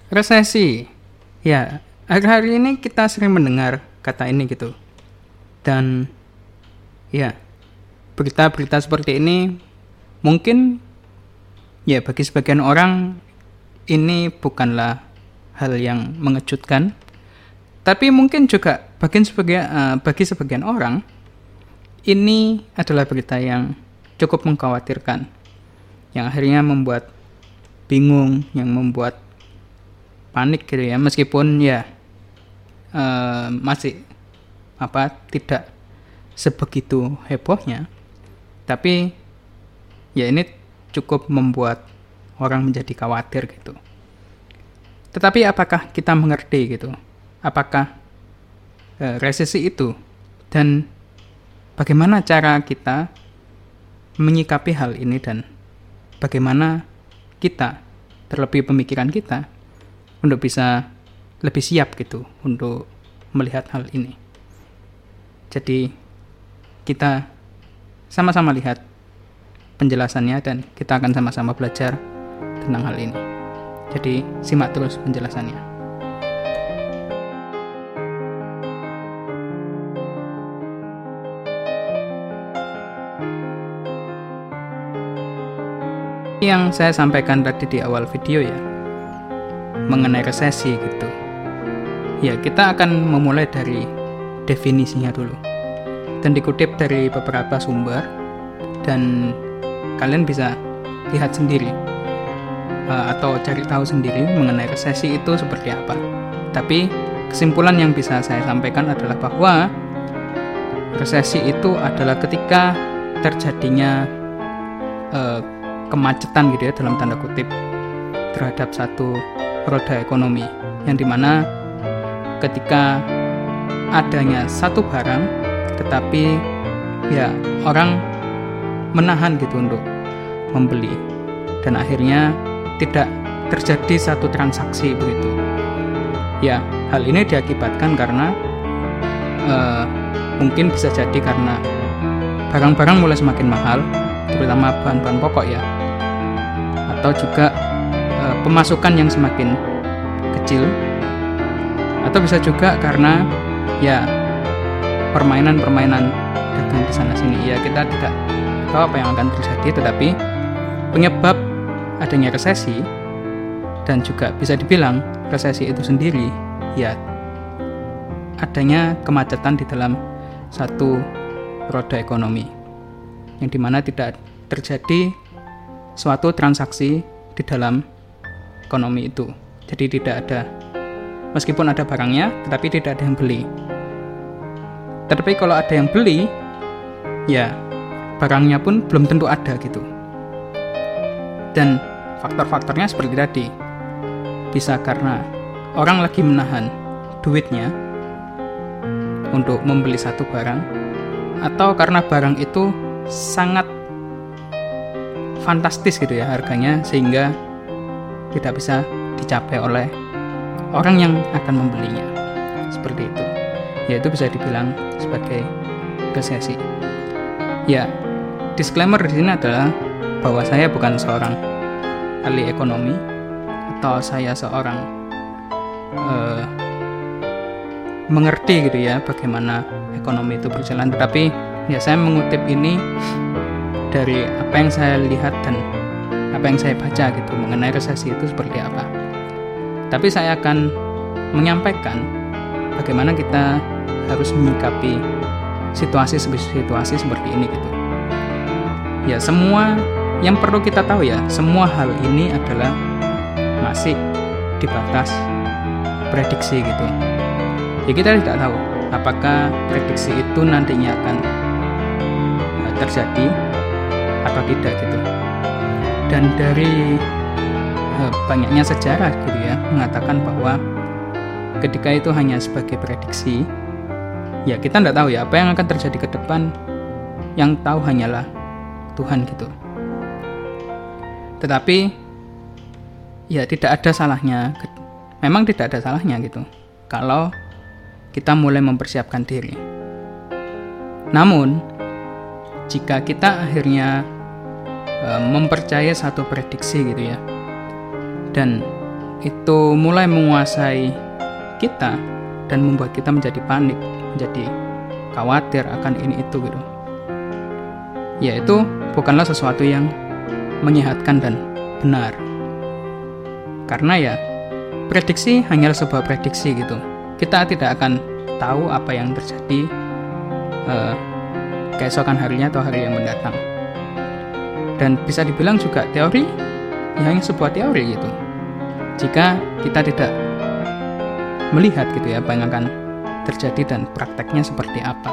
Resesi. Ya, akhir-akhir ini kita sering mendengar kata ini gitu. Dan ya, berita-berita seperti ini mungkin ya bagi sebagian orang ini bukanlah hal yang mengejutkan, tapi mungkin juga bagi sebagian orang ini adalah berita yang cukup mengkhawatirkan, yang akhirnya membuat bingung, yang membuat panik gitu ya, meskipun ya masih tidak sebegitu hebohnya, tapi ya ini cukup membuat orang menjadi khawatir gitu. Tetapi apakah kita mengerti gitu? Apakah resesi itu, dan bagaimana cara kita menyikapi hal ini, dan bagaimana kita, terlebih pemikiran kita, untuk bisa lebih siap gitu untuk melihat hal ini. Jadi kita sama-sama lihat penjelasannya dan kita akan sama-sama belajar tentang hal ini. Jadi simak terus penjelasannya. Yang saya sampaikan tadi di awal video ya, mengenai resesi gitu. Ya, kita akan memulai dari definisinya dulu. Dan dikutip dari beberapa sumber, dan kalian bisa lihat sendiri atau cari tahu sendiri mengenai resesi itu seperti apa. Tapi kesimpulan yang bisa saya sampaikan adalah bahwa resesi itu adalah ketika terjadinya kemacetan gitu ya, dalam tanda kutip, terhadap satu roda ekonomi, yang dimana ketika adanya satu barang tetapi ya orang menahan gitu untuk membeli, dan akhirnya tidak terjadi satu transaksi begitu. Ya, hal ini diakibatkan karena mungkin bisa jadi karena barang-barang mulai semakin mahal, terutama bahan-bahan pokok ya, atau juga pemasukan yang semakin kecil, atau bisa juga karena ya permainan dagang di sana sini. Ya, kita tidak tahu apa yang akan terjadi, tetapi penyebab adanya resesi, dan juga bisa dibilang resesi itu sendiri ya adanya kemacetan di dalam satu roda ekonomi, yang dimana tidak terjadi suatu transaksi di dalam ekonomi itu. Jadi tidak ada, meskipun ada barangnya, tetapi tidak ada yang beli. Tetapi kalau ada yang beli, ya barangnya pun belum tentu ada gitu. Dan faktor-faktornya seperti tadi, bisa karena orang lagi menahan duitnya untuk membeli satu barang, atau karena barang itu sangat fantastis gitu ya harganya, sehingga tidak bisa dicapai oleh orang yang akan membelinya. Seperti itu. Ya, itu bisa dibilang sebagai resesi. Ya, disclaimer di sini adalah bahwa saya bukan seorang ahli ekonomi, atau saya seorang mengerti gitu ya bagaimana ekonomi itu berjalan. Tetapi ya saya mengutip ini dari apa yang saya lihat dan apa yang saya baca gitu mengenai resesi itu seperti apa. Tapi saya akan menyampaikan bagaimana kita harus menyikapi situasi seperti ini gitu. Ya, semua yang perlu kita tahu ya, semua hal ini adalah masih di batas prediksi gitu. Ya, kita tidak tahu apakah prediksi itu nantinya akan terjadi atau tidak gitu. Dan dari banyaknya sejarah gitu ya mengatakan bahwa ketika itu hanya sebagai prediksi, ya kita tidak tahu ya apa yang akan terjadi ke depan. Yang tahu hanyalah Tuhan gitu. Tetapi ya tidak ada salahnya, memang tidak ada salahnya gitu kalau kita mulai mempersiapkan diri. Namun jika kita akhirnya mempercayai satu prediksi gitu ya, dan itu mulai menguasai kita dan membuat kita menjadi panik, menjadi khawatir akan ini itu gitu, ya itu bukanlah sesuatu yang menyehatkan dan benar. Karena ya prediksi hanyalah sebuah prediksi gitu. Kita tidak akan tahu apa yang terjadi keesokan harinya atau hari yang mendatang. Dan bisa dibilang juga teori ya hanya sebuah teori gitu. Jika kita tidak melihat gitu ya apa yang akan terjadi dan prakteknya seperti apa.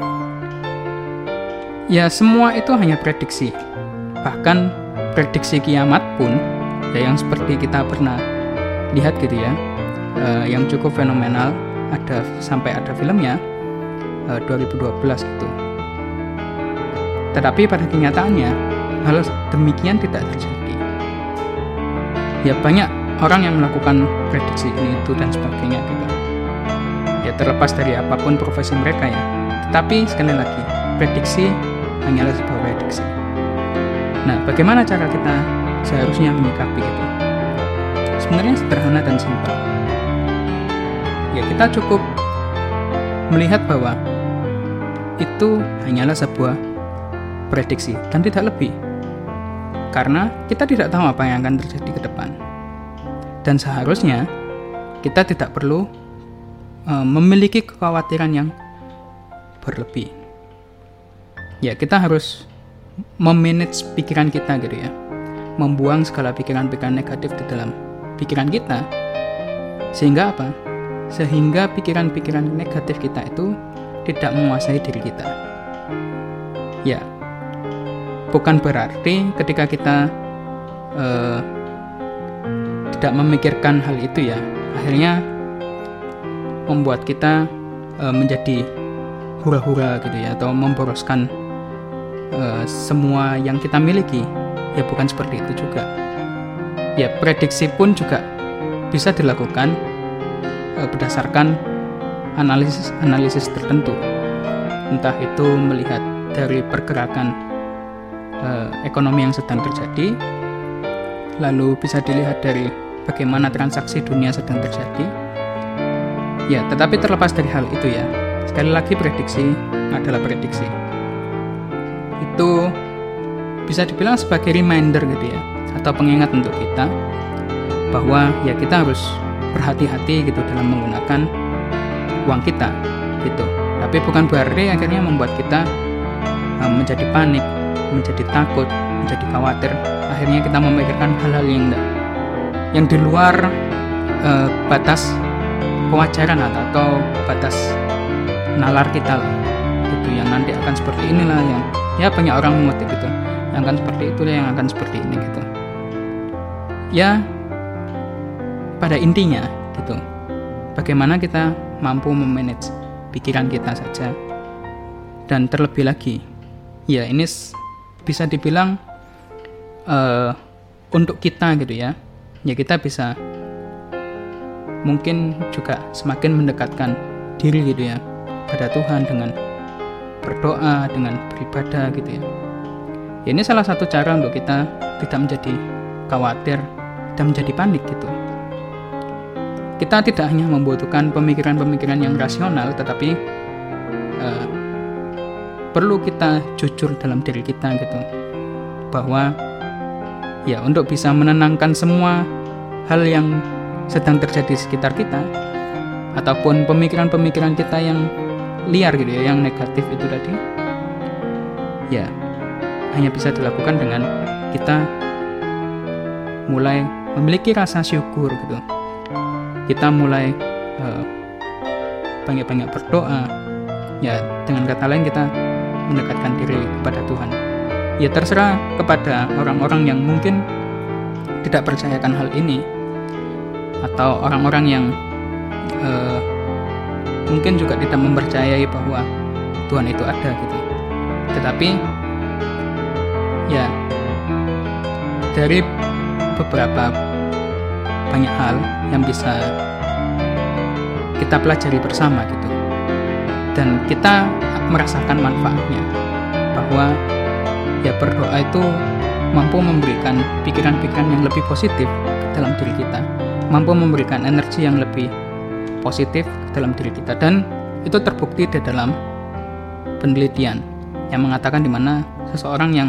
Ya semua itu hanya prediksi. Bahkan prediksi kiamat pun ya yang seperti kita pernah lihat gitu ya, yang cukup fenomenal, sampai ada filmnya 2012 gitu. Tetapi pada kenyataannya hal demikian tidak terjadi. Ya banyak orang yang melakukan prediksi ini itu dan sebagainya gitu. Ya terlepas dari apapun profesi mereka ya. Tetapi sekali lagi prediksi hanyalah sebuah prediksi. Nah, bagaimana cara kita seharusnya menyikapi itu? Sebenarnya sederhana dan simpel. Ya, kita cukup melihat bahwa itu hanyalah sebuah prediksi dan tidak lebih. Karena kita tidak tahu apa yang akan terjadi ke depan. Dan seharusnya kita tidak perlu memiliki kekhawatiran yang berlebih. Ya, kita harus memanage pikiran kita gitu ya, membuang segala pikiran-pikiran negatif di dalam pikiran kita, sehingga apa? Sehingga pikiran-pikiran negatif kita itu tidak menguasai diri kita. Ya, bukan berarti ketika kita tidak memikirkan hal itu ya, akhirnya membuat kita menjadi hura-hura gitu ya, atau memboroskan semua yang kita miliki. Ya bukan seperti itu juga. Ya prediksi pun juga bisa dilakukan berdasarkan analisis tertentu. Entah itu melihat dari pergerakan ekonomi yang sedang terjadi, lalu bisa dilihat dari bagaimana transaksi dunia sedang terjadi. Ya, tetapi terlepas dari hal itu ya, sekali lagi prediksi adalah prediksi. Itu bisa dibilang sebagai reminder gitu ya, atau pengingat untuk kita bahwa ya kita harus berhati-hati gitu dalam menggunakan uang kita gitu. Tapi bukan berarti akhirnya membuat kita menjadi panik, menjadi takut, menjadi khawatir. Akhirnya kita memikirkan hal-hal yang di luar batas kewajaran atau batas nalar kita lah gitu, yang nanti akan seperti inilah, yang ya banyak orang mengutip gitu, yang akan seperti itu, yang akan seperti ini gitu. Ya pada intinya gitu, bagaimana kita mampu memanage pikiran kita saja. Dan terlebih lagi ya ini bisa dibilang untuk kita gitu ya, ya kita bisa mungkin juga semakin mendekatkan diri gitu ya pada Tuhan dengan berdoa, dengan beribadah gitu ya. Ya ini salah satu cara untuk kita tidak menjadi khawatir dan menjadi panik gitu. Kita tidak hanya membutuhkan pemikiran-pemikiran yang rasional, tetapi perlu kita jujur dalam diri kita gitu, bahwa ya untuk bisa menenangkan semua hal yang sedang terjadi di sekitar kita, ataupun pemikiran-pemikiran kita yang liar gitu ya, yang negatif itu tadi, ya hanya bisa dilakukan dengan kita mulai memiliki rasa syukur gitu. Kita mulai banyak-banyak berdoa, ya dengan kata lain kita mendekatkan diri kepada Tuhan. Ya terserah kepada orang-orang yang mungkin tidak percayakan hal ini, atau orang-orang yang mungkin juga tidak mempercayai bahwa Tuhan itu ada gitu. Tetapi ya dari beberapa banyak hal yang bisa kita pelajari bersama gitu, dan kita merasakan manfaatnya, bahwa ya berdoa itu mampu memberikan pikiran-pikiran yang lebih positif ke dalam diri kita, mampu memberikan energi yang lebih positif dalam diri kita. Dan itu terbukti di dalam penelitian yang mengatakan dimana seseorang yang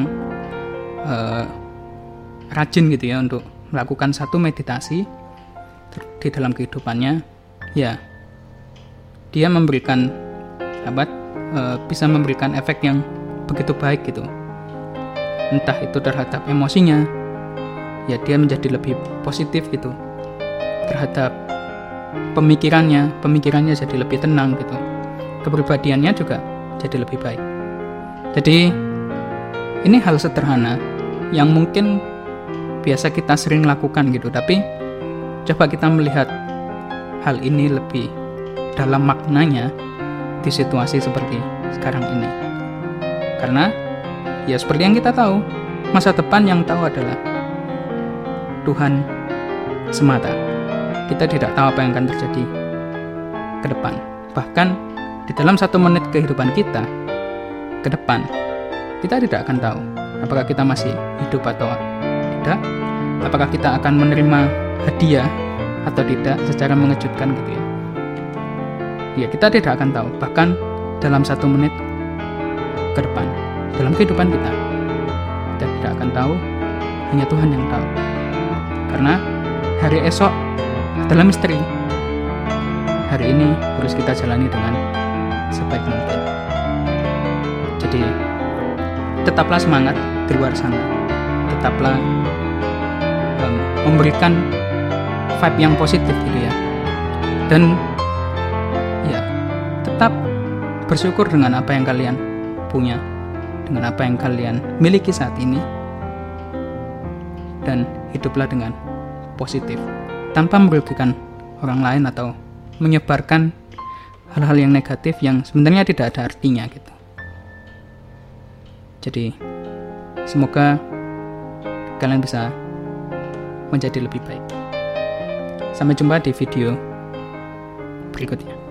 rajin gitu ya untuk melakukan satu meditasi di dalam kehidupannya, ya dia memberikan bisa memberikan efek yang begitu baik gitu, entah itu terhadap emosinya, ya dia menjadi lebih positif gitu, terhadap pemikirannya jadi lebih tenang gitu, kepribadiannya juga jadi lebih baik. Jadi ini hal sederhana yang mungkin biasa kita sering lakukan gitu, tapi coba kita melihat hal ini lebih dalam maknanya di situasi seperti sekarang ini. Karena ya seperti yang kita tahu, masa depan yang tahu adalah Tuhan semata. Kita tidak tahu apa yang akan terjadi ke depan. Bahkan di dalam 1 menit kehidupan kita ke depan, kita tidak akan tahu apakah kita masih hidup atau tidak, apakah kita akan menerima hadiah atau tidak secara mengejutkan gitu ya. Ya kita tidak akan tahu, bahkan dalam 1 menit ke depan dalam kehidupan kita tidak akan tahu, hanya Tuhan yang tahu. Karena hari esok adalah misteri. Hari ini harus kita jalani dengan sebaik mungkin. Jadi tetaplah semangat di luar sana, tetaplah memberikan vibe yang positif gitu ya, dan ya tetap bersyukur dengan apa yang kalian punya, dengan apa yang kalian miliki saat ini, dan hiduplah dengan positif tanpa merugikan orang lain atau menyebarkan hal-hal yang negatif yang sebenarnya tidak ada artinya gitu. Jadi semoga kalian bisa menjadi lebih baik. Sampai jumpa di video berikutnya.